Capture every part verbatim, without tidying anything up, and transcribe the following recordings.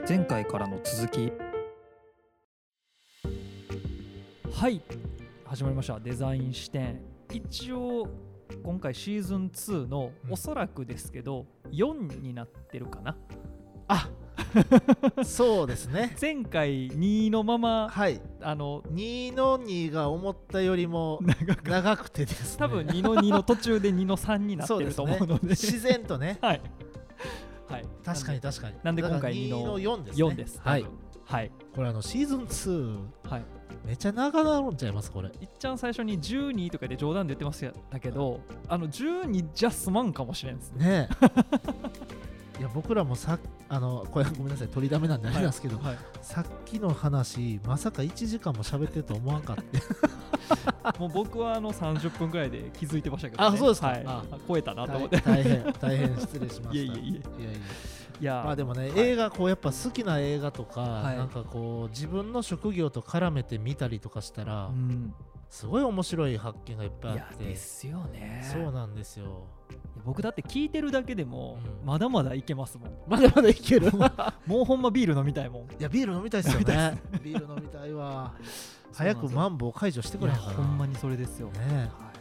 前回からの続き。はい、始まりました。デザイン視点。一応今回シーズンツーの、うん、おそらくですけどよんになってるかな。 あそうですね。 前回にのまま、 はい、 あのにのにが思ったよりも長くてですね、 多分にのにの途中でにのさんになってると思うの で, で、ね、 自然とねはい、はい、 確かに確かに。 なんで今回にのよんですね。よんです。はい、はい、 これあのシーズンツー、はい、めっちゃ長なるんちゃいますこれ。 いっちゃん最初にじゅうにとかで冗談で言ってましたけど、あのじゅうにじゃ済まんかもしれんですね。ねいや僕らもさあのこれごめんなさい取りだめなんであれなんですけど、はいはい、さっきの話まさかいちじかんも喋ってると思わんかったもう僕はあのさんじゅっぷんぐらいで気づいてましたけど、ね、 あそうですか、 はい、 あ超えたなと思って大変大変失礼しました。 いやいやいやいやいやまあでもね、はい、映画こうやっぱ好きな映画とか、はい、なんかこう自分の職業と絡めて見たりとかしたら、うん、すごい面白い発見がいっぱいあって。 いやですよね。 そうなんですよ。 僕だって聞いてるだけでも、うん、まだまだいけますもん。 まだまだいけるもうほんまビール飲みたいもん。いやビール飲みたいですよねビール飲みたいわ早くマンボウ解除してくれへんかな。 ほんまにそれですよね。 はい、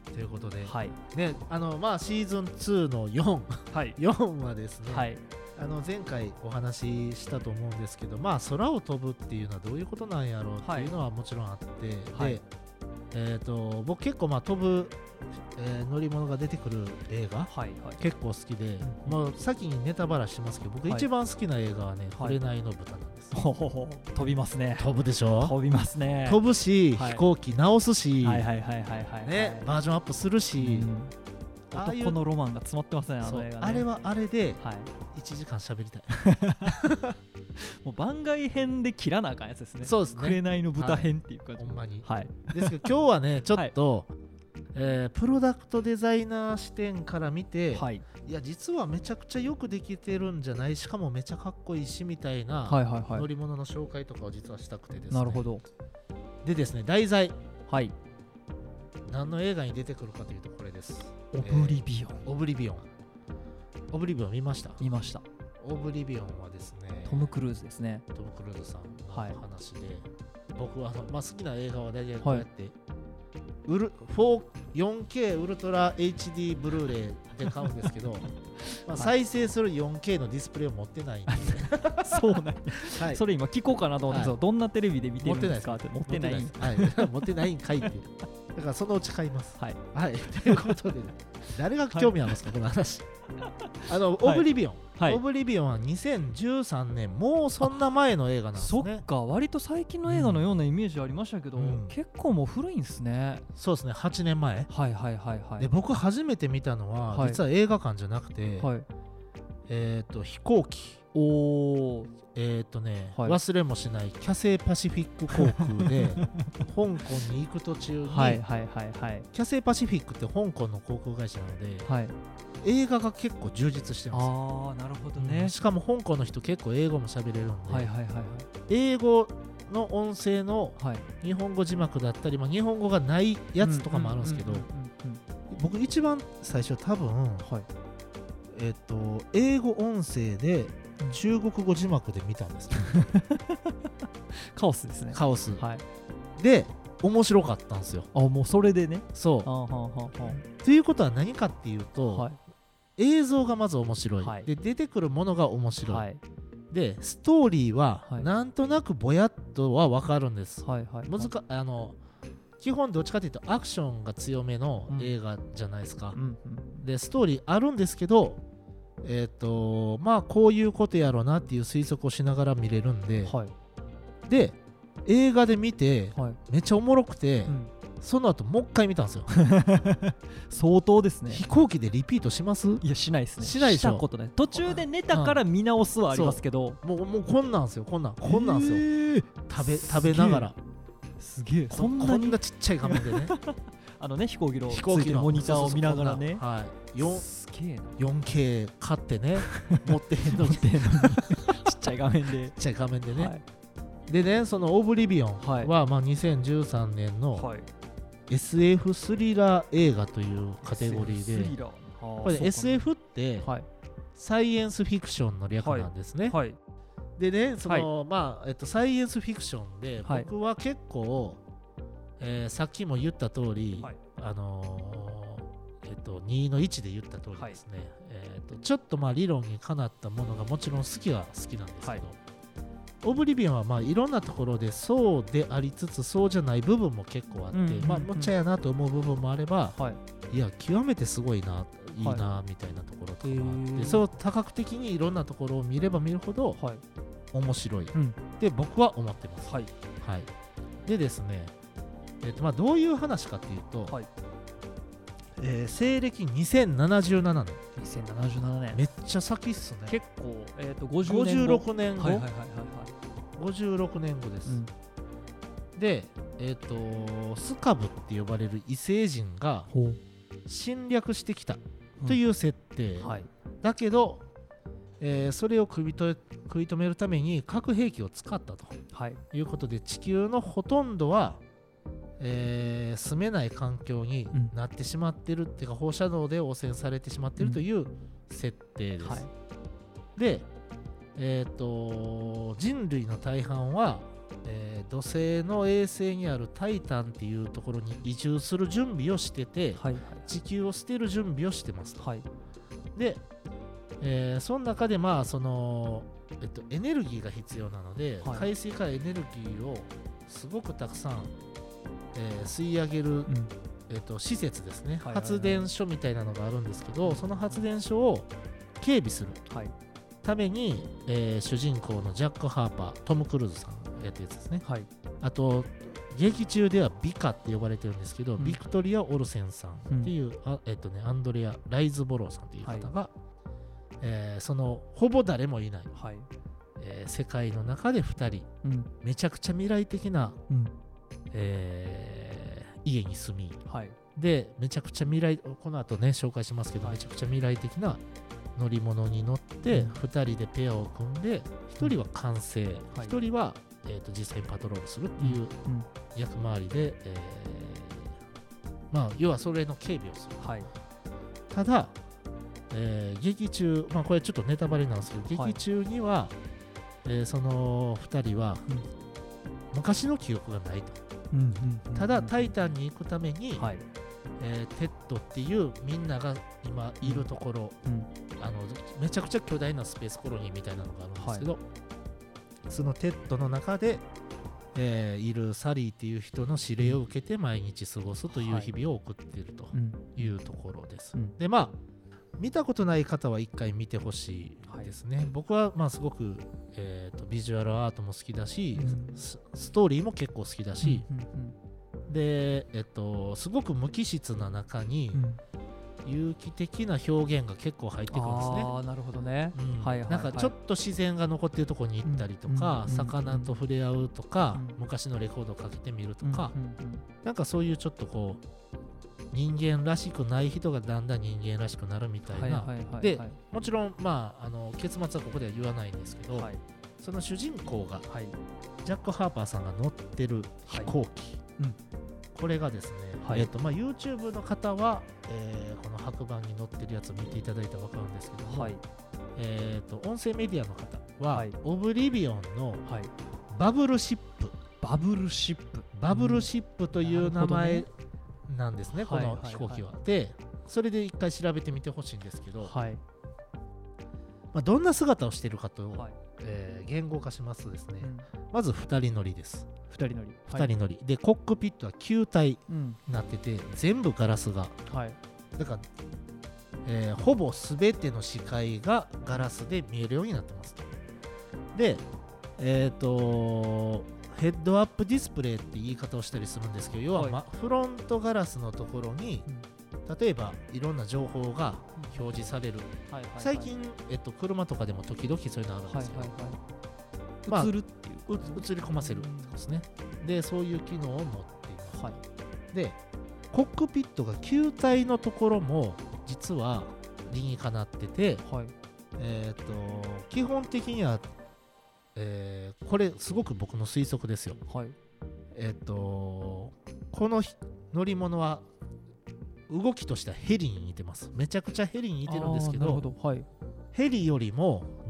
ということで、 はい、 ね、あのまあシーズンツーのよん、はい、よんはですね、はい、あの前回お話ししたと思うんですけど、まあ空を飛ぶっていうのはどういうことなんやろうっていうのはもちろんあって、はい、で、えーと、僕結構まあ飛ぶ、えー、乗り物が出てくる映画、はいはい、結構好きで、うん、もう先にネタバラしますけど僕一番好きな映画はね、はい、紅の豚なんです。 ほほほ飛びますね。 飛ぶでしょ。 飛びますね。 飛ぶし、はい、飛行機直すし、 はいはいはいはいはい、 ね、バージョンアップするし、 うん、ああいう男のロマンが詰まってますね、あの映画ね。 あれはあれでいちじかん喋りたいもう番外編で切らなあかんやつですね。 そうですね。 紅の豚編っていう感じ、 はい、ほんまに、 はい、 ですけど今日はねちょっと、はい、えー、プロダクトデザイナー視点から見て、はい、いや実はめちゃくちゃよくできてるんじゃない、しかもめちゃかっこいいしみたいな乗り物の紹介とかを実はしたくてですね。 なるほど。 でですね、題材、 はい、 何の映画に出てくるかというとこれです。 オブリビオン、 えー、オブリビオンオブリビオン見ました？ 見ました。 オブリビオンはですね、 トム・クルーズですね。 トム・クルーズさんの話で、はい、僕はあの、まあ、好きな映画は大体こうやって、はい、ウル よんケー ウルトラ エイチディー ブルーレイで買うんですけどまあ再生する よんケー のディスプレイを持ってないんでそうなんや、はい、それ今聞こうかなと思って、はい、どんなテレビで見てるんですかって。持ってないん持ってないんかいってだからそのうち買います。はい、はい、ということで、ね、誰が興味あるんですか、はい、この話あのオブリビオン、はい、オブリビオンはにせんじゅうさんねん、もうそんな前の映画なんですね。 そっか、割と最近の映画のようなイメージありましたけど、うん、結構もう古いんですね。 そうですね、はちねんまえ。 はいはいはいはい。で僕初めて見たのは、はい、実は映画館じゃなくて、はい、えっ、ー、と飛行機、おーえっ、ー、とね、はい、忘れもしないキャセイパシフィック航空で香港に行く途中に、はいはいはいはい、キャセイパシフィックって香港の航空会社なので、はい、映画が結構充実してます。 ああ、なるほどね、 うん、しかも香港の人結構英語も喋れるんで、 はいはいはいはい、 英語の音声の日本語字幕だったり、まあ、日本語がないやつとかもあるんですけど、僕一番最初多分、はい、えっと英語音声で中国語字幕で見たんです、ね、 カオスですね。 カオス、はい、で面白かったんですよ。 あ、もうそれでね。 そう。あはははということは何かっていうと、はい、映像がまず面白い、はい、で出てくるものが面白い、はい、でストーリーはなんとなくぼやっとは分かるんです、はいはいはい、難かあの基本どっちかというとアクションが強めの映画じゃないですか、うんうんうん、でストーリーあるんですけど、えーとまあこういうことやろうなっていう推測をしながら見れるんで、はい、で映画で見て、はい、めっちゃおもろくて、うん、その後もう一回見たんですよ相当ですね。 飛行機でリピートします？ いや、しないですね。 しないでしょ。 したことない。途中で寝たから見直すはありますけど、 もう、もうこんなんですよ、こんなんこんなんですよ、えー、食べ食べながらすげえ、 そんなにこんなちっちゃい画面でねあのね、飛行機のついてるモニターを見ながらね、 はい、よんよんケー 買ってね持ってへんのにちっちゃい画面でちっちゃい画面でね、はい、でね、そのオブリビオンは、はい、まあ、にせんじゅうさんねんの、はい、エスエフ スリラー映画というカテゴリーで、これ エスエフ って、はい、サイエンスフィクションの略なんですね、はいはい、 でねその、はい、まあえっと、サイエンスフィクションで、はい、僕は結構、えー、さっきも言った通り、はい、あのー、えっと、にのいちで言った通りですね、はい、えー、とちょっとまあ理論にかなったものがもちろん好きは好きなんですけど、はい、オブリビオンはまあいろんなところでそうでありつつそうじゃない部分も結構あって、うんうんうん、まあ、むっちゃやなと思う部分もあれば、はい、いや極めてすごいないいなみたいなところとか、はい、でそう多角的にいろんなところを見れば見るほど、はい、面白い、うん、で僕は思ってます、はいはい、でですね、えーとまあ、どういう話かというと、はい、えー、西暦にせんななじゅうななねんにせんななじゅうななねんめっちゃ先っすね。 結構、えー、とごじゅうねんごごじゅうろくねんご、 はいはいはいはい、 ごじゅうろくねんごです、うん、で、えーとスカブって呼ばれる異星人が侵略してきたという設定、うんはい、だけど、えー、それを食いと食い止めるために核兵器を使ったと、はい、いうことで地球のほとんどは、えー、住めない環境になってしまっている、うん、っていうか放射能で汚染されてしまっているという設定です、うんはい、で、えー、と人類の大半は、えー、土星の衛星にあるタイタンっていうところに移住する準備をしてて、はいはい、地球を捨てる準備をしてます、はい、で、えー、その中でまあその、えっと、エネルギーが必要なので、はい、海水からエネルギーをすごくたくさん、えー、吸い上げる、うんえっと、施設ですね、はいはいはい、発電所みたいなのがあるんですけど、その発電所を警備する、はいために、えー、主人公のジャック・ハーパー、トム・クルーズさんがやったやつですね、はい、あと劇中ではビカって呼ばれてるんですけど、うん、ビクトリア・オルセンさんっていう、うんあえっとね、アンドレア・ライズボローさんという方が、はいえー、そのほぼ誰もいない、はいえー、世界の中でふたり、うん、めちゃくちゃ未来的な、うんえー、家に住み、はい、でめちゃくちゃ未来この後ね紹介しますけど、はい、めちゃくちゃ未来的な乗り物に乗ってふたりでペアを組んでひとりは管制、はい、ひとりは、えー、と実際にパトロールするっていう役回りで、えーまあ、要はそれの警備をする、はい、ただ、えー、劇中、まあ、これちょっとネタバレなんですけど、はい、劇中には、えー、そのふたりは、うん、昔の記憶がないと、うんうんうんうん、ただタイタンに行くために、はいえー、テッドっていうみんなが今いるところ、うん、あのめちゃくちゃ巨大なスペースコロニーみたいなのがあるんですけど、はい、そのテッドの中で、えー、いるサリーっていう人の指令を受けて毎日過ごすという日々を送っているというところです、うん、でまあ見たことない方は一回見てほしいですね、はい、僕はまあすごく、えー、とビジュアルアートも好きだし、うん、ス, ストーリーも結構好きだし、うんうんうん、で、えっと、すごく無機質な中に、うん有機的な表現が結構入ってくるんですね。 あなるほどね、 うんはいはいはい、なんかちょっと自然が残っているところに行ったりとか、うん、魚と触れ合うとか、うん、昔のレコードをかけてみるとか、うん、なんかそういうちょっとこう人間らしくない人がだんだん人間らしくなるみたいな、はいはいはいはい、でもちろん、まあ、あの結末はここでは言わないんですけど、はい、その主人公が、はい、ジャック・ハーパーさんが乗ってる飛行機、はいうんこれがですね、はいえーとまあ、YouTube の方は、えー、この白板に載ってるやつを見ていただいたら分かるんですけども、はいえー、と音声メディアの方は、はい、オブリビオンのバブルシップ、 バブルシップバブルシップという名前なんですね、うん、この飛行機は、はいはいはい、でそれで一回調べてみてほしいんですけど、はいまあ、どんな姿をしているかと、はいえー、言語化しますとですね、うん、まずふたり乗りですふたり乗りふたり乗り、はい、でコックピットは球体になってて、うん、全部ガラスが、はい、だから、えー、ほぼ全ての視界がガラスで見えるようになってますで、えーとヘッドアップディスプレイって言い方をしたりするんですけど要は、まはい、フロントガラスのところに、うん、例えばいろんな情報が表示される、うんはいはいはい、最近、えっと、車とかでも時々そういうのあるんですけど、はいはいはいまあ、映るっていう、 映り込ませるってことですね。で、そういう機能を持っています。はい、で、コックピットが球体のところも実は理にかなってて、はい、えーと、基本的には、えー、これすごく僕の推測ですよ。はい、えーと、この乗り物は動きとしてはヘリに似てます。めちゃくちゃヘリに似てるんですけど、はい、ヘリよりも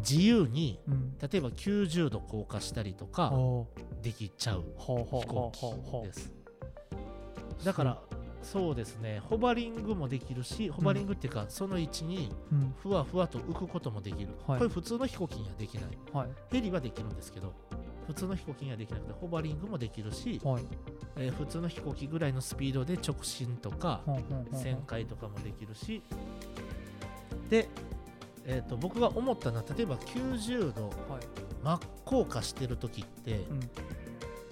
自由に、うん、例えばきゅうじゅうど降下したりとかできちゃう飛行機です。だからそうですね、ホバリングもできるし、ホバリングっていうか、うん、その位置にふわふわと浮くこともできる、うん、これ普通の飛行機にはできない、はい、ヘリはできるんですけど普通の飛行機にはできなくてホバリングもできるし、はい、えー、普通の飛行機ぐらいのスピードで直進とか旋回とかもできるし、で、えー、と僕が思ったのは例えばきゅうじゅうど真っ向下してる時って、うん、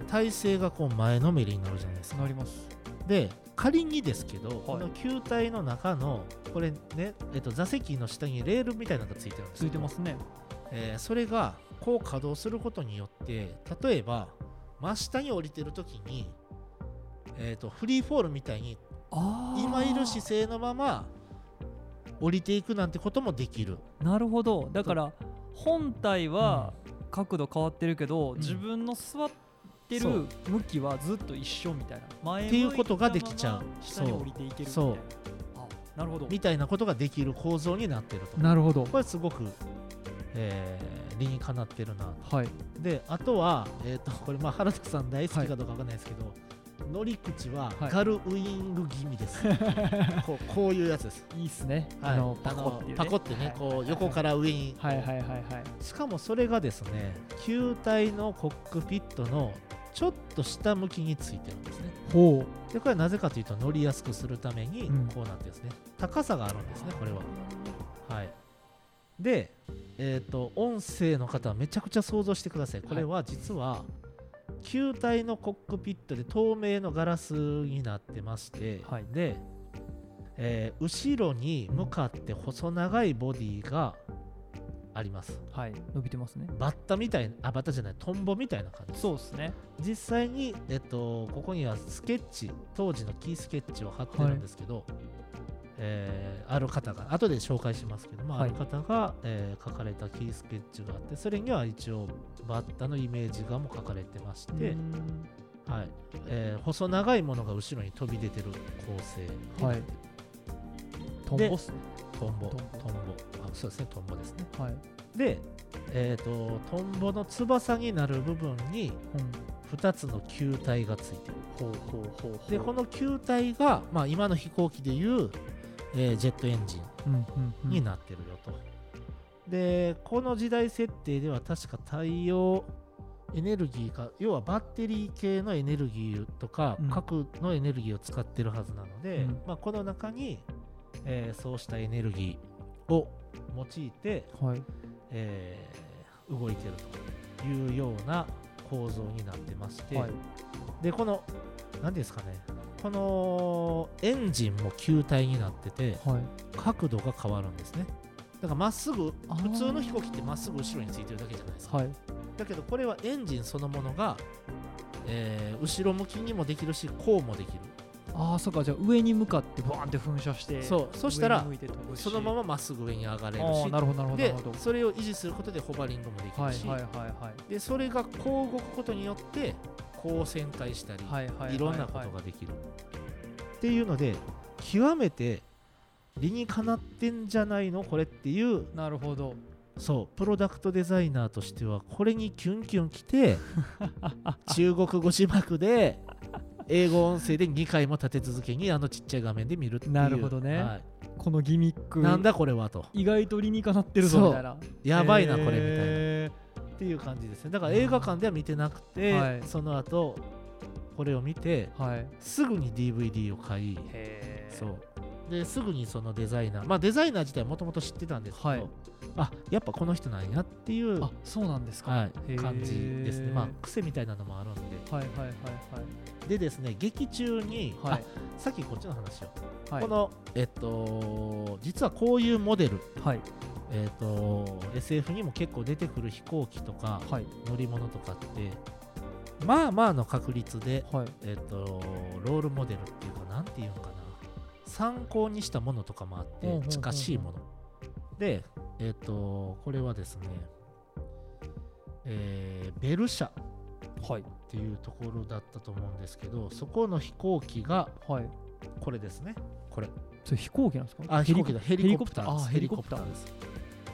体勢がこう前のめりになるじゃないですか。 なります。 で仮にですけど、はい、この球体の中のこれね、えっと、座席の下にレールみたいなのがついてるんですよ。 ついてますね。 えー、それがこう稼働することによって例えば真下に降りてるときに、えー、とフリーフォールみたいに今いる姿勢のまま降りていくなんてこともできる。 なるほど。だから本体は角度変わってるけど、うん、自分の座ってる向きはずっと一緒みたいな、前っていうことができちゃう。 下に降りていけるみたいな。 そうあ、なるほど。 みたいなことができる構造になってると。 なるほど。 これすごく、えー、理にかなってるな。 はい。 であとは、えー、とこれまあ原田さん大好きかどうかわかんないですけど、はい、乗り口はガルウイング気味です、はい、こう、こういうやつです。 いいっすね、 はい、あのパコって、ね、パコってね、はい、こう横から上に、 はいはいはいはい、 しかもそれがですね球体のコックピットのちょっと下向きについてるんですね。 ほう。 でこれはなぜかというと乗りやすくするためにこうなってですね、うん、高さがあるんですねこれは。はい。で、えーと、音声の方はめちゃくちゃ想像してください。これは実は球体のコックピットで透明のガラスになってまして、はい、で、えー、後ろに向かって細長いボディがあります。 はい、伸びてますね。 バッタみたいな、あ、バッタじゃない、トンボみたいな感じ。 そうですね。 実際に、えっと、ここにはスケッチ、当時のキースケッチを貼ってるんですけど、はい、えー、ある方が、後で紹介しますけど、まあ、はい、ある方が、えー、書かれたキースケッチがあって、それには一応バッタのイメージ画も書かれてまして、はい、えー、細長いものが後ろに飛び出てる構成。 はい。トンボっすね。 トンボ、トンボ、あ、そうですね、トンボですね。はい、で、えーと、トンボの翼になる部分にふたつの球体がついてる。ほうほうほうほう。で、この球体が、まあ、今の飛行機でいう、えー、ジェットエンジンになってるよと。うんうんうん、で、この時代設定では確か太陽エネルギーか、要はバッテリー系のエネルギーとか、うん、核のエネルギーを使ってるはずなので、うん、まあ、この中にえー、そうしたエネルギーを用いて、はい、えー、動いているというような構造になってまして、はい、でこの何ですかね、このエンジンも球体になってて、はい、角度が変わるんですね。だからまっすぐ、普通の飛行機ってまっすぐ後ろについてるだけじゃないですか、はい、だけどこれはエンジンそのものが、えー、後ろ向きにもできるしこうもできる。 ああ、そうか。じゃあ上に向かってバーンって噴射して、 そうそしたらそのまままっすぐ上に上がれるし、 なるほどなるほど、 でそれを維持することでホバリングもできるし、はいはいはいはい、でそれがこう動くことによってこう旋回したり、はいはいはいはい、いろんなことができるっていうので、極めて理にかなってんじゃないのこれっていう。 なるほど。 そうプロダクトデザイナーとしてはこれにキュンキュンきて中国語字幕で英語音声でにかいも立て続けにあのちっちゃい画面で見るっていう。 なるほどね、はい、このギミックなんだこれはと、 意外と理にかなってるぞみたいな、 やばいなこれみたいなっていう感じですね。だから映画館では見てなくて、はい、その後これを見て、はい、すぐに ディーブイディー を買い、へそうですぐにそのデザイナー、まあデザイナー自体はもともと知ってたんですけど、はい、あやっぱこの人なんやっていう、 あそうなんですか、 はい、感じですね。まあ癖みたいなのもあるんで、はいはいはいはい。でですね、劇中に、はい、あさっきこっちの話を、はい、このえっと実はこういうモデル、はい、えっと エスエフ にも結構出てくる飛行機とか、はい、乗り物とかってまあまあの確率で、はい、えっとロールモデルっていうかなんていうのかな、参考にしたものとかもあって近しいもので、えっとこれはですね、えー、ベル社っていうところだったと思うんですけど、そこの飛行機がこれですね。これそれ飛行機なんですか？ あ、飛行機だ。ヘリコプターです。 ヘリコプターです。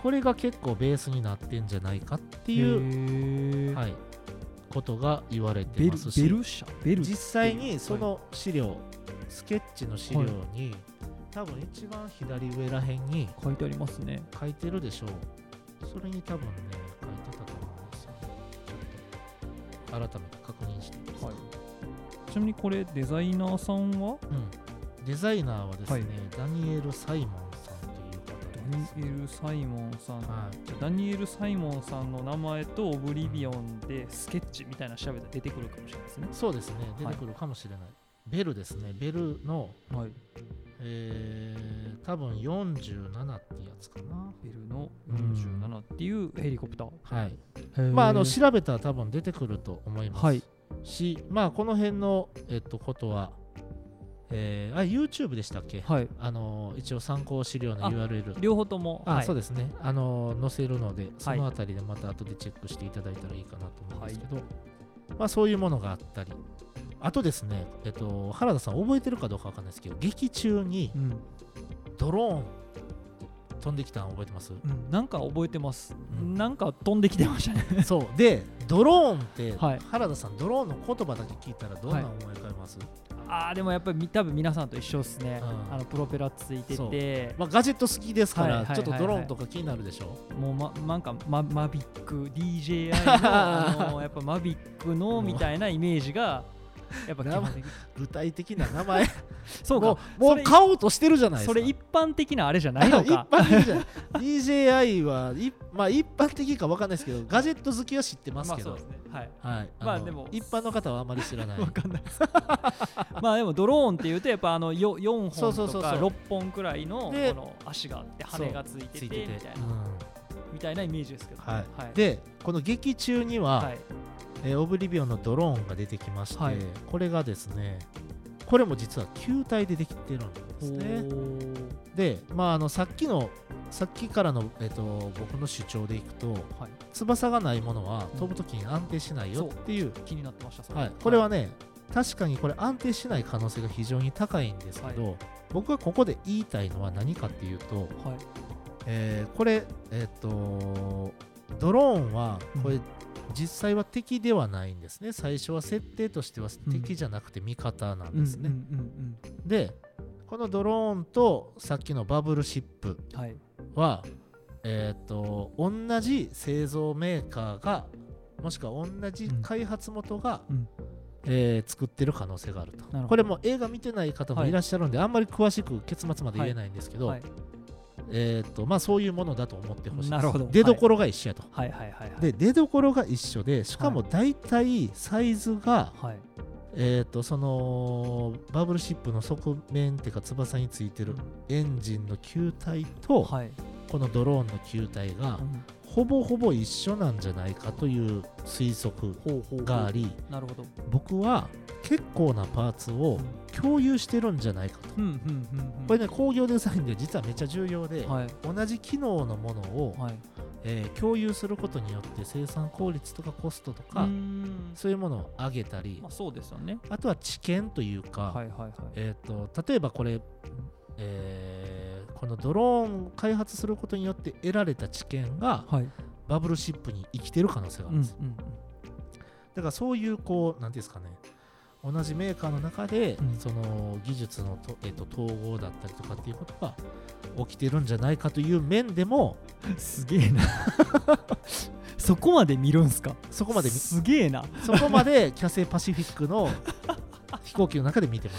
これが結構ベースになってんじゃないかっていう、はい、ことが言われてますし、 ベル社ベル実際にその資料、はい、スケッチの資料に、はい、多分一番左上らへんに書いてありますね。 書いてるでしょう。それに多分ね書いてたと思うんですよね。ちょっと改めて確認してください。はい、 ちなみにこれデザイナーさんは、 うん、デザイナーはですね、はい、ダニエル・サイモンさんという方です。 ダニエル・サイモンさん、はい、じゃダニエル・サイモンさんの名前とオブリビオンでスケッチみたいな調べたら出てくるかもしれないですね。 そうですね、出てくるかもしれない。はい、ベルですね、ベルの、はい、えー、多分よんじゅうななってやつかな。 ベルのよんじゅうななっていうヘリコプター、 はい、まああの調べたら多分出てくると思います、はい、し、まあこの辺のえっとことは、えー、あ YouTube でしたっけ、はい、あの一応参考資料の ユーアールエル両方とも、 あ、はい、そうですね、あの載せるので、そのあたりでまた後でチェックしていただいたらいいかなと思うんですけど、はい、まあそういうものがあったり、あとですね、えっと、原田さん覚えてるかどうかわかんないですけど、劇中にドローン飛んできたの覚えてます？ うん、なんか覚えてます、うん、なんか飛んできてましたね。 そうで、ドローンって、はい、原田さんドローンの言葉だけ聞いたらどんな思い浮かべます？はい、 あーでもやっぱり多分皆さんと一緒ですね、うん、あのプロペラついてて、 まあ、ガジェット好きですから、はいはいはいはい、ちょっとドローンとか気になるでしょ。 もう、ま、なんか、ま、マビック ディージェーアイ の, あのやっぱマビックのみたいなイメージがやっぱ具体的な名前そうか、 もう買おうとしてるじゃないですか。 それ一般的なあれじゃないのか。 一般的じゃない。ディージェーアイ は、まあ、一般的か分かんないですけど、ガジェット好きは知ってますけど、まあそうですね、はいはい、まあでも一般の方はあまり知らない。 分かんないです。まあでもドローンっていうとやっぱあのよよんほんとかろっぽんくらいのこの足があって羽がついててみたいな、うん、みたいなイメージですけど、ね、 はいはい、でこの劇中には、はい、えー、オブリビオンのドローンが出てきまして、はい、これがですね、これも実は球体でできてるんですね。で、まあ、あのさっきのさっきからの、えー、と僕の主張でいくと、はい、翼がないものは飛ぶときに安定しないよっていう、うん、 気になってました。それ、 はい、これはね、はい、確かにこれ安定しない可能性が非常に高いんですけど、はい、僕がここで言いたいのは何かっていうと、はい、えー、これ、えー、とドローンはこれ、うん、実際は敵ではないんですね。最初は設定としては敵じゃなくて味方なんですね。で、このドローンとさっきのバブルシップは、はい、えー、と同じ製造メーカーがもしくは同じ開発元が、うん、えー、作ってる可能性があると。これも映画見てない方もいらっしゃるんで、はい、あんまり詳しく結末まで言えないんですけど、はいはい、えーとまあ、そういうものだと思ってほしいです。なるほど。出どころが一緒やと。はいはいはいはい、で出どころが一緒で、しかも大体サイズが、はい、えーとそのバブルシップの側面っていうか翼についてるエンジンの球体と、はい、このドローンの球体が、うん、ほぼほぼ一緒なんじゃないかという推測があり、なるほど、僕は結構なパーツを共有してるんじゃないかと。これね、工業デザインで実はめっちゃ重要で、はい、同じ機能のものを、はい、えー、共有することによって生産効率とかコストとかそういうものを上げたり、 まあ、そうですよね。 あとは知見というか、はいはいはい、えーと、例えばこれ、えー、このドローンを開発することによって得られた知見が、はい、バブルシップに生きてる可能性があるんです、うんうん、だからそういうこうなんていうんですかね、同じメーカーの中で、うん、その技術のと、えーと、統合だったりとかっていうことが起きてるんじゃないかという面でもすげえなそこまで見るんすか。 そこまですげえなそこまでキャセイパシフィックの飛行機の中で見てます。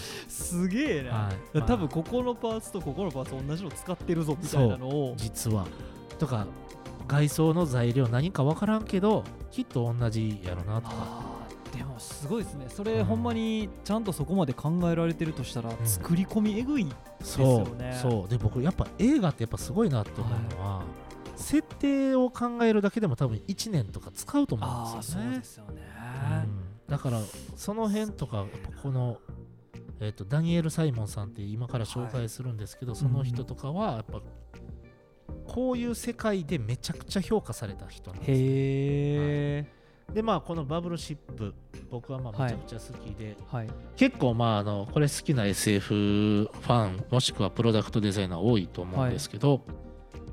すげえな、はい、多分ここのパーツとここのパーツ同じの使ってるぞみたいなのを、 実はとか外装の材料何か分からんけどきっと同じやろなとか。 でもすごいですね。それ、うん、ほんまにちゃんとそこまで考えられてるとしたら、うん、作り込みえぐいですよね。 そうそうで、僕やっぱ映画ってやっぱすごいなと思うのは、はい、設定を考えるだけでも多分いちねんとか使うと思うんですよね。 あ、そうですよね、 うん、だからその辺とかやっぱこの、えーと、ダニエル・サイモンさんって今から紹介するんですけど、はい、その人とかはやっぱこういう世界でめちゃくちゃ評価された人なんですよ。へー、はいでまあ、このバブルシップ僕はまあめちゃくちゃ好きで、はいはい、結構まああのこれ好きな エスエフ ファンもしくはプロダクトデザイナー多いと思うんですけど、はい、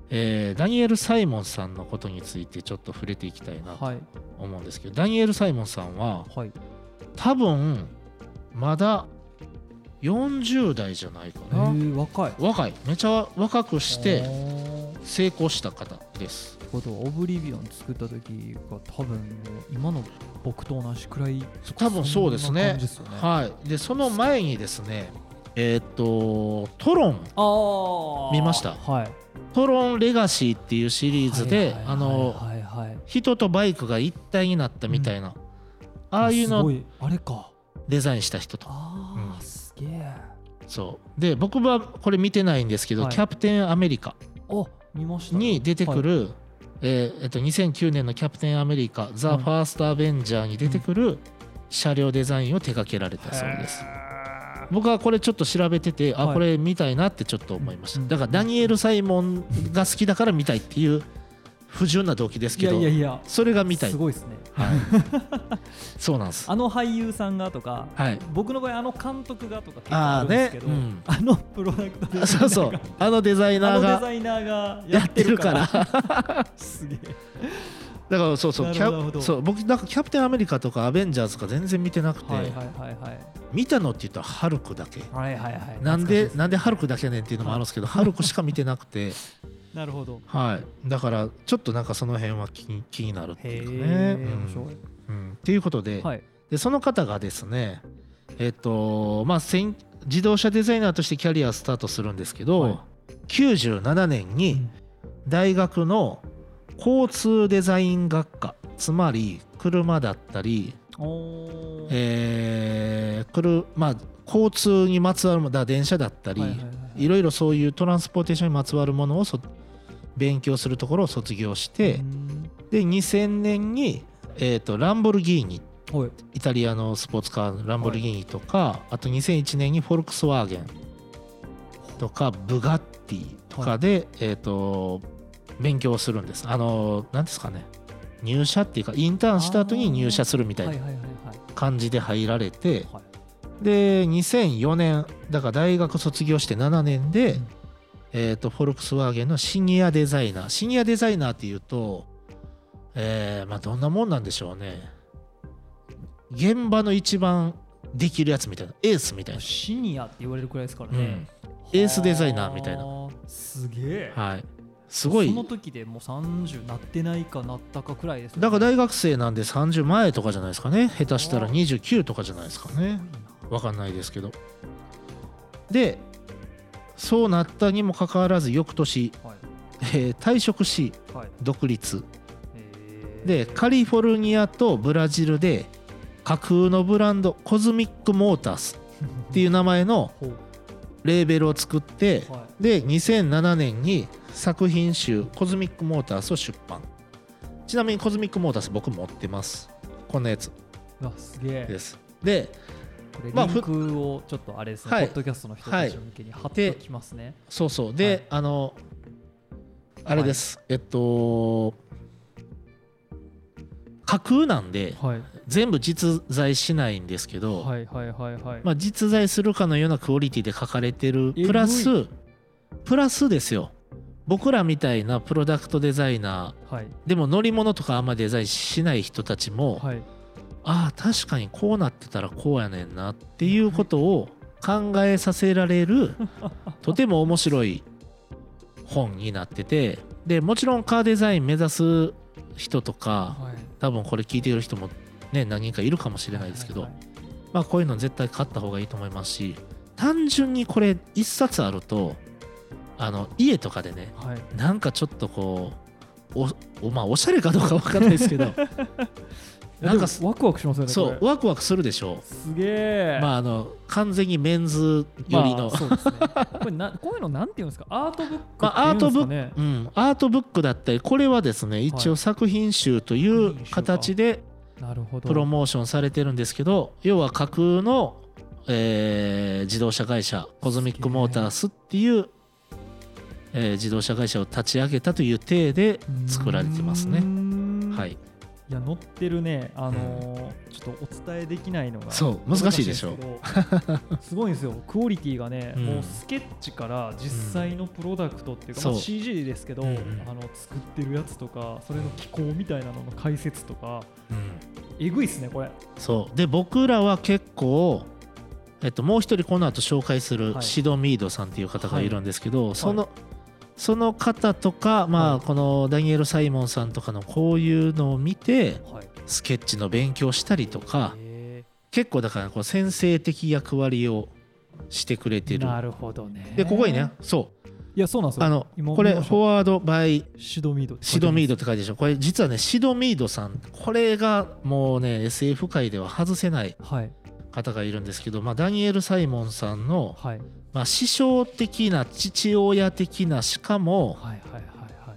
えー、ダニエル・サイモンさんのことについてちょっと触れていきたいなと思うんですけど、はい、ダニエル・サイモンさんは、はい、多分まだよんじゅう代じゃないかな。 若い若いめちゃ若くして成功した方です。 オブリビオン作った時が多分もう今の僕と同じくらい、 多分そうですね。はい。でその前にですね、えー、っとトロン見ました。はい。トロンレガシーっていうシリーズで、あの人とバイクが一体になったみたいな、うん、ああいうのあれかデザインした人と。 ああ、うん、すげえ。 そうで僕はこれ見てないんですけど、はい、キャプテンアメリカに出てくる、はい、えーえっと、にせんきゅうねんのキャプテンアメリカザ・ファースト・アベンジャーに出てくる車両デザインを手掛けられたそうです。僕はこれちょっと調べてて、あ、これ見たいなってちょっと思いました。だからダニエル・サイモンが好きだから見たいっていう不純な動機ですけど、いやいやいや、それが見たい。 すごいですね。 はい、そうなんです。 あの俳優さんがとか、はい、僕の場合あの監督がとか結構あるんですけど、 あ,、ねうん、あのプロダクトデザイナーがそうそうあのデザイナーがあのデザイナーがやってるからすげえ。だからそうそうキャそう僕なんかキャプテンアメリカとかアベンジャーズとか全然見てなくて、はいはいはいはい、見たのって言ったらハルクだけ、はいはいはい、なんでなんでハルクだけねんっていうのもあるんですけど、ハルクしか見てなくてなるほど、 はい、だからちょっとなんかその辺は 気, 気になるっていうかね、うんうん、っていうことで、はい、でその方がですねえっとまあ自動車デザイナーとしてキャリアスタートするんですけど、はい、きゅうじゅうななねんに大学の交通デザイン学科、つまり車だったり、えー、車まあ交通にまつわるだ電車だったり、はいはいはい、いろいろそういうトランスポーテーションにまつわるものをそ勉強するところを卒業して、でにせんねんに、えー、とランボルギーニ、はい、イタリアのスポーツカーランボルギーニとか、はい、あとにせんいちねんにフォルクスワーゲンとかブガッティとかで、はい、えーと勉強するんです。あの何ですかね、入社っていうかインターンした後に入社するみたいな感じで入られて、でにせんよねんだから大学卒業してななねんで、うん、えーとフォルクスワーゲンのシニアデザイナーシニアデザイナーっていうと、えー、まあどんなもんなんでしょうね、現場の一番できるやつみたいな、エースみたいな、 シニアって言われるくらいですからね、 うん、エースデザイナーみたいな、 すげえ、 はい、すごい。 その時でもうさんじゅうなってないかなったかくらいですね。 だから大学生なんでさんじゅうまえとかじゃないですかね。下手したらにじゅうきゅうとかじゃないですかね。わかんないですけど。でそうなったにもかかわらず翌年、はい、えー、退職し、はい、独立でカリフォルニアとブラジルで架空のブランドコズミックモータースっていう名前のレーベルを作って、はい、でにせんななねんに作品集コズミックモータースを出版。ちなみにコズミックモータース僕持ってます。こんなやつ。 うわ、すげえです。でこれリンクをちょっとあれですね、はい、ポッドキャストの人たち向けに貼っておきますね。 そうそうで、はい、あのあれです、はい、えっと架空なんで、はい、全部実在しないんですけど、はいはいはいはい、まあ、実在するかのようなクオリティで書かれてるプラスプラスですよ、僕らみたいなプロダクトデザイナー、はい、でも乗り物とかあんまデザインしない人たちも、はい、ああ確かにこうなってたらこうやねんなっていうことを考えさせられるとても面白い本になってて、でもちろんカーデザイン目指す人とか、はい、多分これ聞いている人もね何人かいるかもしれないですけど、はいはいはい、まあこういうの絶対買った方がいいと思いますし、単純にこれ一冊あるとあの家とかでね、はい、なんかちょっとこう お, お, まあ、おしゃれかどうか分からないですけどなんかワクワクしますよね。 そうワクワクするでしょう。 すげえ。 まああの完全にメンズ寄りの、まあ、そうですね、 これなこういうのなんていうんですか、アートブックっていうんですかね。 まあ、アートブック、うん、アートブックだったり、これはですね一応作品集という形でプロモーションされてるんですけど、要は架空の、えー、自動車会社コズミックモータースっていうえー、自動車会社を立ち上げたという体で作られてますね。はい。 いや載ってるね、あのーうん、ちょっとお伝えできないのがそう難しいでしょすごいんですよ。クオリティがね、うん、もうスケッチから実際のプロダクトっていうか、うんまあ、シージー ですけど、うん、あの作ってるやつとかそれの機構みたいなのの解説とか、うん、えぐいっすねこれ。 そうで僕らは結構えっと、もう一人この後紹介するシド・ミードさんっていう方がいるんですけど、はい、その、はい、その方とか、まあ、このダニエル・サイモンさんとかのこういうのを見て、はい、スケッチの勉強したりとか、結構だからこう先生的役割をしてくれてる。 なるほどね。 でここにね、そういやそうなんですよ。 あのこれフォワードバイシド・ミードシド・ミードって書いてるでしょ。これ実はねシド・ミードさん、これがもうね エスエフ 界では外せない、はい方がいるんですけど、まあ、ダニエル・サイモンさんの、はいまあ、師匠的な父親的なしかも、はいはいはいはい、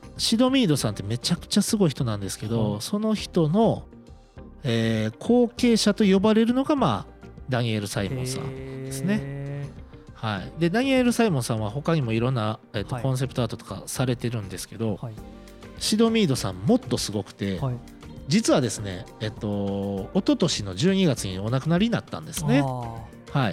シド・ミードさんってめちゃくちゃすごい人なんですけど、はい、その人の、えー、後継者と呼ばれるのが、まあ、ダニエル・サイモンさんですね、はい、でダニエル・サイモンさんは他にもいろんな、えーとはい、コンセプトアートとかされてるんですけど、はい、シド・ミードさんもっとすごくて、はい実はですね、えっと、一昨年のじゅうにがつにお亡くなりになったんですね。はい。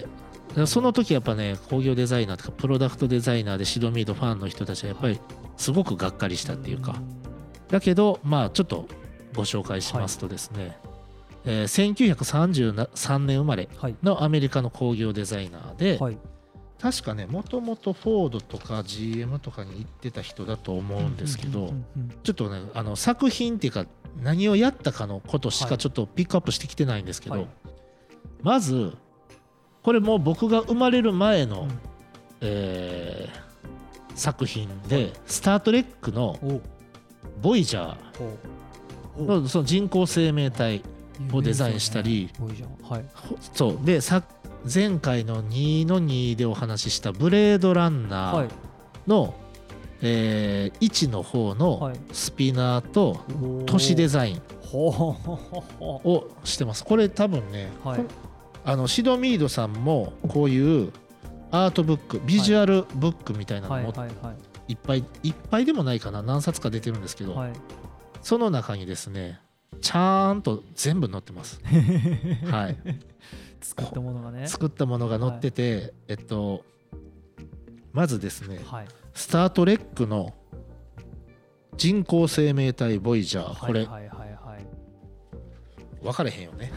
その時やっぱね、工業デザイナーとかプロダクトデザイナーでシド・ミードファンの人たちはやっぱりすごくがっかりしたっていうか、だけど、まあちょっとご紹介しますとですね、はいえー、せんきゅうひゃくさんじゅうさんねん生まれのアメリカの工業デザイナーで、はい、確かね、もともとフォードとか ジーエム とかに行ってた人だと思うんですけど、ちょっとね、あの作品っていうか、何をやったかのことしかちょっとピックアップしてきてないんですけど、はい、まずこれもう僕が生まれる前の、うんえー、作品でスター・トレックのボイジャーのその人工生命体をデザインしたり、そうで前回のにのにでお話ししたブレードランナーの、はいえー、いちの方のスピナーと都市デザインをしてます。これ多分ね、はい、あのシド・ミードさんもこういうアートブックビジュアルブックみたいなのもいっぱいいっぱいでもないかな何冊か出てるんですけど、はい、その中にですねちゃんと全部載ってますはい、 作ったものがね作ったものが載ってて、はい、えっとまずですね、はいスター・トレックの人工生命体ボイジャー、これ、はいはいはいはい、分かれへんよね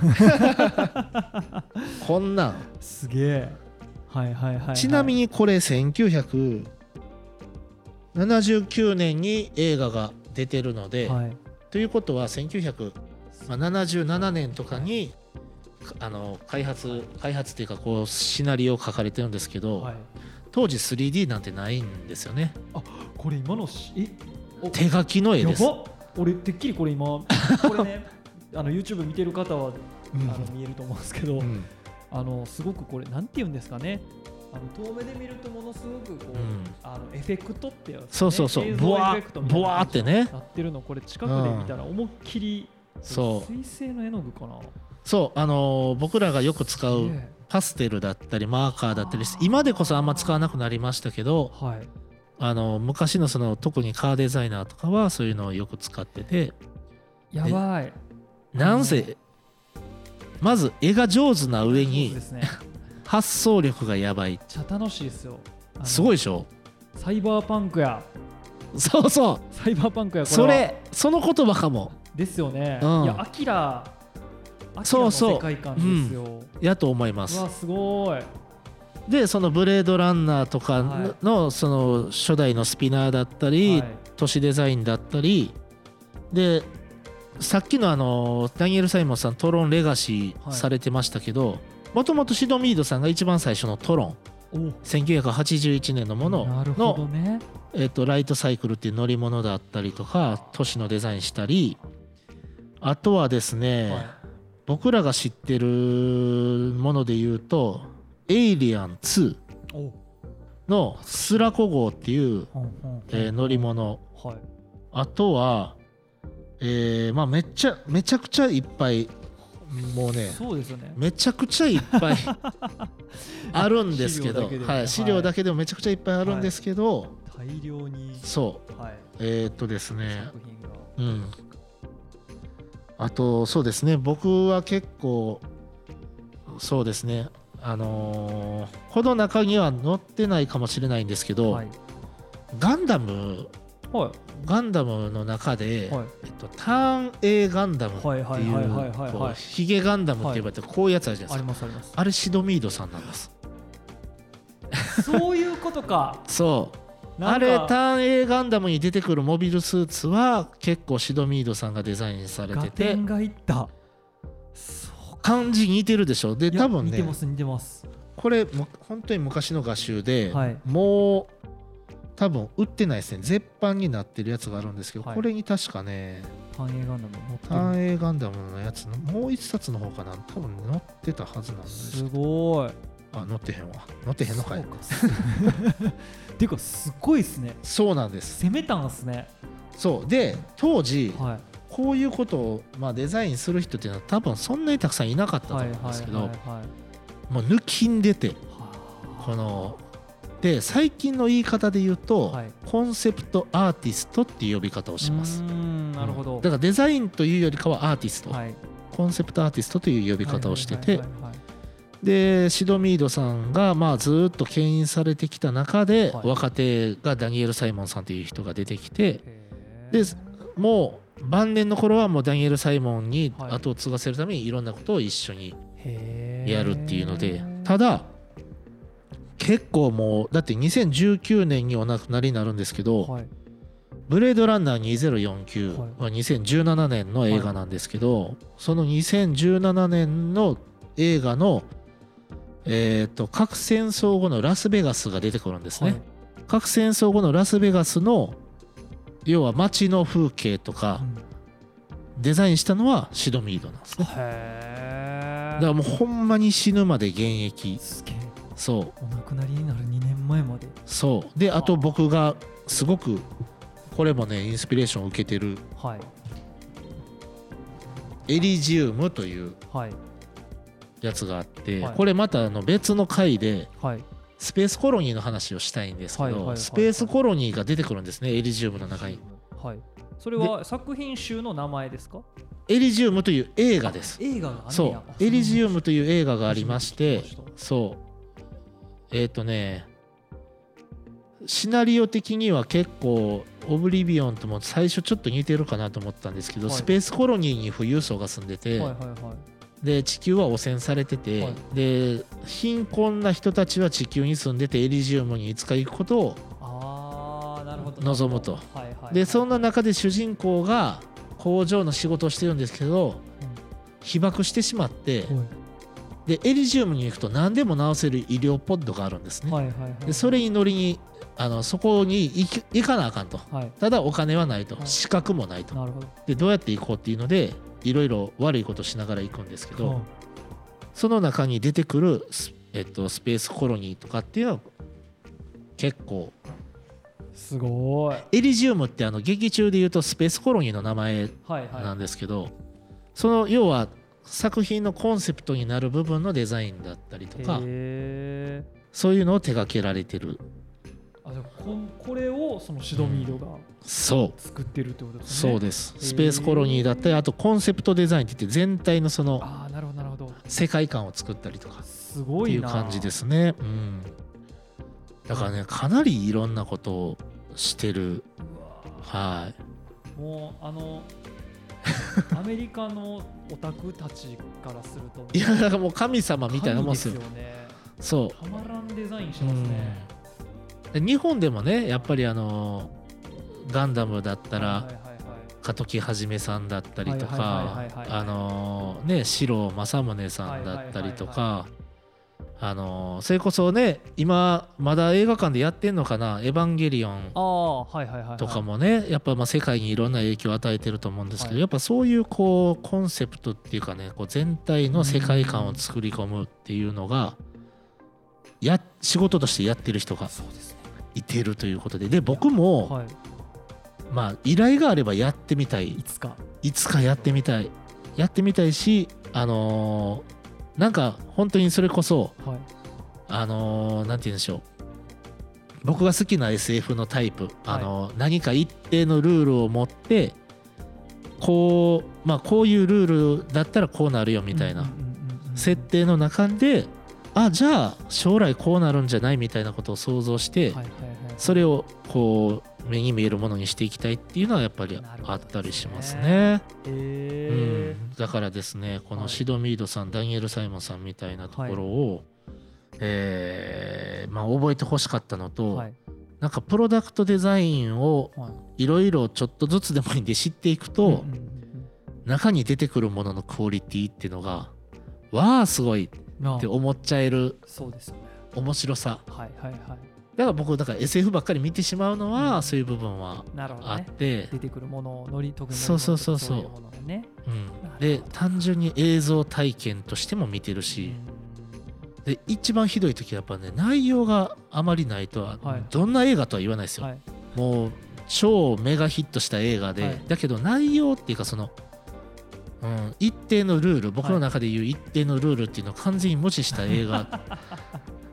こんなんすげえ、はいはいはいはい、 ちなみにこれせんきゅうひゃくななじゅうきゅうねんに映画が出てるので、はい、ということはせんきゅうひゃくななじゅうななねんとかに、はい、あの開発開発っていうかこうシナリオを書かれてるんですけど、はい当時 スリーディー なんてないんですよね。 あ、これ今のえ手書きの絵です。 やば俺てっきりこれ今これねあの YouTube 見てる方は、うん、あの見えると思うんですけど、うん、あのすごくこれなんて言うんですかね。あの遠目で見るとものすごくこう、うん、あのエフェクトってやつ、ね、 そうそうそうボワーボワーってねなってるのこれ近くで見たら思いっきり、うん、そう水性の絵の具かな。 そうあのー、僕らがよく使うパステルだったりマーカーだったり今でこそあんま使わなくなりましたけど、はい、あの昔のその特にカーデザイナーとかはそういうのをよく使っててやばいなんせまず絵が上手な上に、ね、発想力がやばい。めっちゃ楽しいですよ。 すごいでしょ。 サイバーパンクや。 そうそうサイバーパンクや。これそれその言葉かもですよね、うん、いやアキラそうそう世界観ですよ、うん、 やと思います。 うわすごい。 でそのブレードランナーとか の,、はい、その初代のスピナーだったり、はい、都市デザインだったりでさっきのあのダニエル・サイモンさんトロンレガシーされてましたけどもともとシド・ミードさんが一番最初のトロンせんきゅうひゃくはちじゅういちねんのものの、ねえー、とライトサイクルっていう乗り物だったりとか都市のデザインしたりあとはですね、はい僕らが知ってるもので言うとエイリアンツーのスラコ号っていうえ乗り物あとはえまあめっちゃめちゃくちゃいっぱいもうねそうですよねめちゃくちゃいっぱいあるんですけどはい資料だけでもめちゃくちゃいっぱいあるんですけど大量にそうえっとですねうんあとそうですね、僕は結構そうですね、あのー、この中には載ってないかもしれないんですけど、はい、ガンダム、はい、ガンダムの中で、はい、えっと、ターン A ガンダムっていうヒゲガンダムって言われてこういうやつあるじゃないですか、はい、ありますあります。あれシドミードさんなんです。 そういうことか。 そうあれターン A ガンダムに出てくるモビルスーツは結構シドミードさんがデザインされてて、 ガテンがいった。 感じ似てるでしょ。で多分ね、 似てます似てます。 これ本当に昔の画集で、はい、もう多分売ってないですね。絶版になってるやつがあるんですけど、はい、これに確かねターン A ガンダムターン A ガンダムのやつのもう一冊の方かな、多分載ってたはずなんです。 すごい。 あ、載ってへんわ。載ってへんのかい。 っていうかすごいですね。 そうなんです。 攻めたんですね。 そうで当時、はい、こういうことを、まあ、デザインする人っていうのは多分そんなにたくさんいなかったと思うんですけど、もう抜きんでて、こので最近の言い方で言うと、はい、コンセプトアーティストっていう呼び方をします。 うーん、なるほど。 だからデザインというよりかはアーティスト、はい、コンセプトアーティストという呼び方をしてて、でシドミードさんがまあずっと牽引されてきた中で、はい、若手がダニエル・サイモンさんという人が出てきて、でもう晩年の頃はもうダニエル・サイモンに後を継がせるためにいろんなことを一緒にやるっていうので、ただ結構もうだってにせんじゅうきゅうねんにお亡くなりになるんですけど、はい、ブレードランナーにせんよんじゅうきゅうはにせんじゅうななねんの映画なんですけど、はい、そのにせんじゅうななねんの映画のえーと核戦争後のラスベガスが出てくるんですね、はい、核戦争後のラスベガスの要は街の風景とかデザインしたのはシドミードなんですね。へー。だからもうほんまに死ぬまで現役。 すげえ。 そう。 お亡くなりになるにねんまえまで。 そうで、あと僕がすごくこれもねインスピレーションを受けてる、はい、エリジウムというやつがあって、はい、これまたあの別の回で、はい、スペースコロニーの話をしたいんですけど、はいはいはいはい、スペースコロニーが出てくるんですね、エリジウムの中に。 はい、それは作品集の名前ですか？ エリジウムという映画です。 映画があるんや。 そう、エリジウムという映画がありまして、そうえっとねシナリオ的には結構オブリビオンとも最初ちょっと似てるかなと思ったんですけど、はい、スペースコロニーに富裕層が住んでて、はいはいはい、で地球は汚染されてて、はい、で貧困な人たちは地球に住んでてエリジウムにいつか行くことを望むと、はいはいはい、でそんな中で主人公が工場の仕事をしてるんですけど、うん、被爆してしまって、うん、でエリジウムに行くと何でも治せる医療ポッドがあるんですね、はいはいはい、でそれに乗りにあのそこに行き行かなあかんと、はい、ただお金はないと、はい、資格もないと、なるほど。でどうやって行こうっていうのでいろいろ悪いことしながら行くんですけど、うん、その中に出てくるス、えっと、スペースコロニーとかっていうのは結構すごい。 エリジウムってあの劇中でいうとスペースコロニーの名前なんですけど、はいはい、その要は作品のコンセプトになる部分のデザインだったりとか、そういうのを手掛けられてる。 あ、じゃあ こ, これをそのシドミードが、うん、そう作ってるってことですね。 そうです。スペースコロニーだったり、あとコンセプトデザインって言って全体のその世界観を作ったりとかすごいなっていう感じですね、うん、だからねかなりいろんなことをしてる。はい。 もうあのアメリカのオタクたちからするといやだからもう神様みたいなもんですよ。 神ですよね。 そう。 たまらんデザインしてますね。 うん、日本でもねやっぱりあのガンダムだったら加藤はじめさんだったりとかあのね四郎正宗さんだったりとか。あのー、それこそね今まだ映画館でやってんのかなエヴァンゲリオンとかもねやっぱまあ世界にいろんな影響を与えてると思うんですけど、はい、やっぱそういうこうコンセプトっていうかねこう全体の世界観を作り込むっていうのがや仕事としてやってる人がいてるということで、で僕も、はい、まあ依頼があればやってみたい、 いつかいつかやってみたいやってみたいしあのーなんか本当にそれこそ、はい、あのー、なんて言うんでしょう僕が好きな エスエフ のタイプ、はい、あのー、何か一定のルールを持ってこうまあこういうルールだったらこうなるよみたいな設定の中で、あじゃあ将来こうなるんじゃないみたいなことを想像して、それをこう目に見えるものにしていきたいっていうのはやっぱりあったりしますね。うん、だからですね、このシド・ミードさん、ダニエル・サイモンさんみたいなところを、えーまあ、覚えてほしかったのと、なんかプロダクトデザインをいろいろちょっとずつでもいいんで知っていくと、中に出てくるもののクオリティっていうのがわあすごいって思っちゃえる面白さ。だから僕だから エスエフ ばっかり見てしまうのはそういう部分はあって、 出てくるものを乗り特にそうそうそうそう、で単純に映像体験としても見てるし、で一番ひどい時はやっぱね、内容があまりないとは、はい、どんな映画とは言わないですよ、はい、もう超メガヒットした映画で、はい、だけど内容っていうかその、うん、一定のルール、僕の中でいう一定のルールっていうのを完全に無視した映画、はい、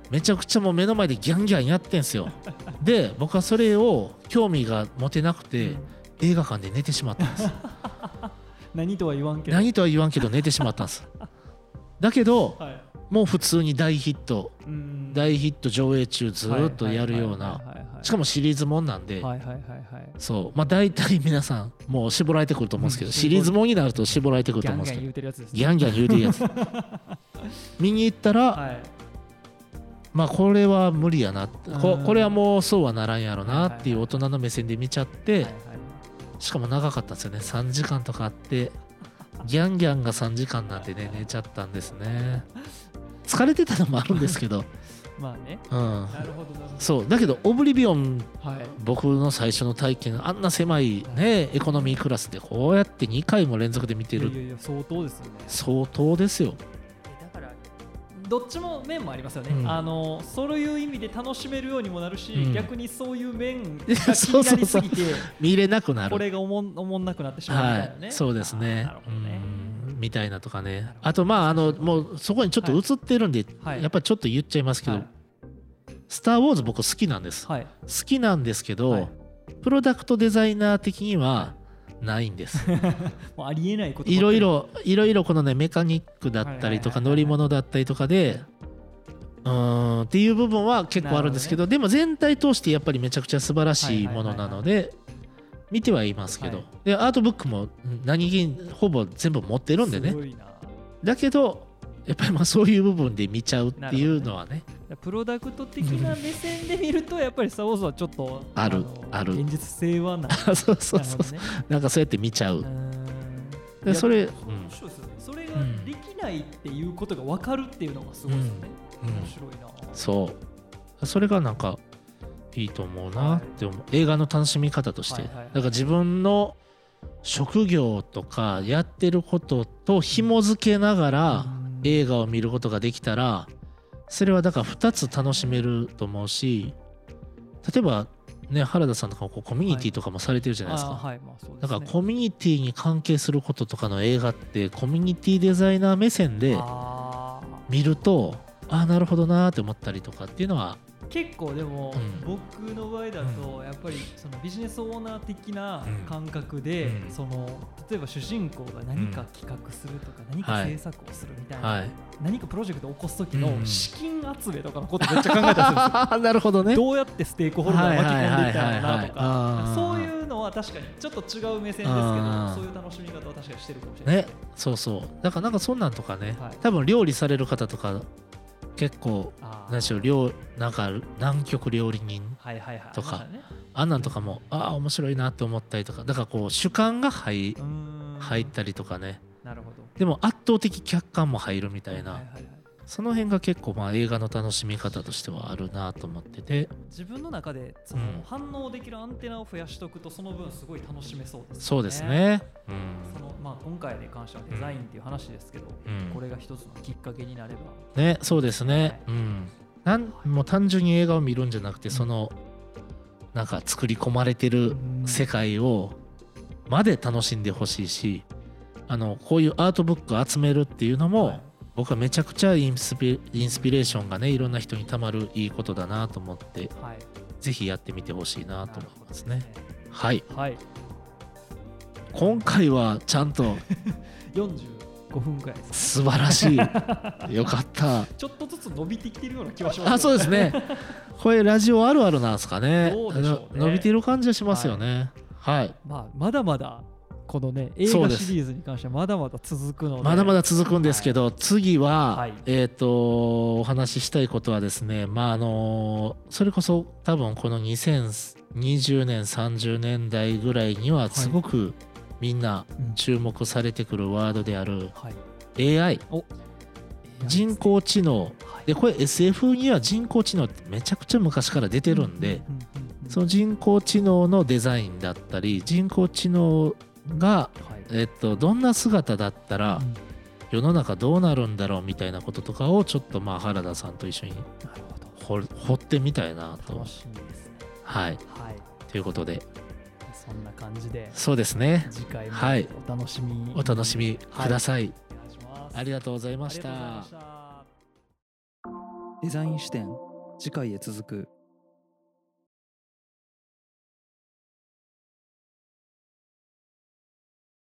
めちゃくちゃもう目の前でギャンギャンやってんすよ。で僕はそれを興味が持てなくて、うん、映画館で寝てしまったんです何とは言わんけど何とは言わんけど寝てしまったんですだけど、はい、もう普通に大ヒット、うん、大ヒット上映中ずっとやるような、しかもシリーズもんなんで、そうまあ大体皆さんもう絞られてくると思うんですけど、うん、シリーズもんになると絞られてくると思うんですけど、ギャンギャン言うてるやつ見に行ったら、はい、まあこれは無理やな、こ, これはもうそうはならんやろなっていう大人の目線で見ちゃって、しかも長かったんですよね、さんじかんとかあって、ギャンギャンがさんじかんなんでね、寝ちゃったんですね。疲れてたのもあるんですけどまあね、 うん、なるほどなるほど。そうだけどオブリビオン、はい、僕の最初の体験、あんな狭いねエコノミークラスでこうやってにかいも連続で見てる。 いやいや相当ですよね。 相当ですよ。 だからどっちも面もありますよね、うん、あのそういう意味で楽しめるようにもなるし、うん、逆にそういう面が気になりすぎて見れなくなる、 これがおもん、おもんなくなってしまうみたいなね、 はい、そうですね。なるほどね、うんみたいなとかね。あとまああのもうそこにちょっと映ってるんで、はい、やっぱりちょっと言っちゃいますけど、はい、スター・ウォーズ僕好きなんです、はい、好きなんですけど、はい、プロダクトデザイナー的にはないんですもうありえないこといろいろいろいろこのねメカニックだったりとか乗り物だったりとかでうーんっていう部分は結構あるんですけど、ね、でも全体通してやっぱりめちゃくちゃ素晴らしいものなので見てはいますけど、はい、でアートブックも何気ほぼ全部持ってるんでね。すごいな。だけどやっぱりまあそういう部分で見ちゃうっていうのはね、 ね、プロダクト的な目線で見るとやっぱりスター・ウォーズはちょっとあるある現実性はないそうそうそうそう、ね、なんかそうやって見ちゃう。でそれ、うん、 それができないっていうことが分かるっていうのがすごいですよね、うんうん、面白いな。 そうそれがなんかいいと思うなって思う、はい、映画の楽しみ方として、はいはいはい、だから自分の職業とかやってることと紐付けながら映画を見ることができたら、それはだからふたつ楽しめると思うし、例えばね原田さんとかこうコミュニティとかもされてるじゃないですか、はいはい、まあそうですね、だからコミュニティに関係することとかの映画ってコミュニティデザイナー目線で見ると、ああなるほどなーって思ったりとかっていうのは結構でも、うん、僕の場合だとやっぱりそのビジネスオーナー的な感覚で、うん、その例えば主人公が何か企画するとか、うん、何か制作をするみたいな、はい、何かプロジェクトを起こす時の資金集めとかのことめっちゃ考えたりするんですよなるほどね。どうやってステークホルダーを巻き込んでいったのかなとか、そういうのは確かにちょっと違う目線ですけど、そういう楽しみ方は確かにしてるかもしれないですね。そうそう、だからなんかそんなんとかね、はい、多分料理される方とか結構何でしょう、料なんか南極料理人とかあんなんとかもああ面白いなって思ったりとか、だからこう主観が入入ったりとかね。なるほど。でも圧倒的客観も入るみたいな、はいはいはい、その辺が結構まあ映画の楽しみ方としてはあるなと思ってて、自分の中でその反応できるアンテナを増やしておくとその分すごい楽しめそうですね。そうですね、うん、そのまあ今回に関してはデザインっていう話ですけど、うん、これが一つのきっかけになればね。そうですね、はい、うん、なんもう単純に映画を見るんじゃなくて、そのなんか作り込まれてる世界をまで楽しんでほしいし、あのこういうアートブックを集めるっていうのも、はい、僕はめちゃくちゃインスピ、インスピレーションがねいろんな人にたまるいいことだなと思って、はい、ぜひやってみてほしいなと思いますね。はい、はい、 今回はちゃんとよんじゅうごふんくらいです、 素晴らしいよかったちょっとずつ伸びてきてるような気はします、ね、 あそうですねこれラジオあるあるなんですかね。 どうでしょうね、 伸びてる感じはしますよね。はい、はい、 まあ、まだまだこのね映画シリーズに関してはまだまだ続くのでまだまだ続くんですけど、はい、次は、 はい、 えっとお話ししたいことはですね、まああのそれこそ多分このにせんにじゅうねんさんじゅうねんだいぐらいにはすごくみんな注目されてくるワードである エーアイ、はい、人工知能で、これ エスエフ には人工知能ってめちゃくちゃ昔から出てるんで、その人工知能のデザインだったり人工知能が、えっと、どんな姿だったら世の中どうなるんだろうみたいなこととかをちょっとまあ原田さんと一緒に掘ってみたいなと。 楽しみですね。 はい、はい、ということでそんな感じでそうですね、 次回もお楽しみ、はい、 お楽しみください、 はい、お願いします。 ありがとうございました。 デザイン視点、次回へ続く。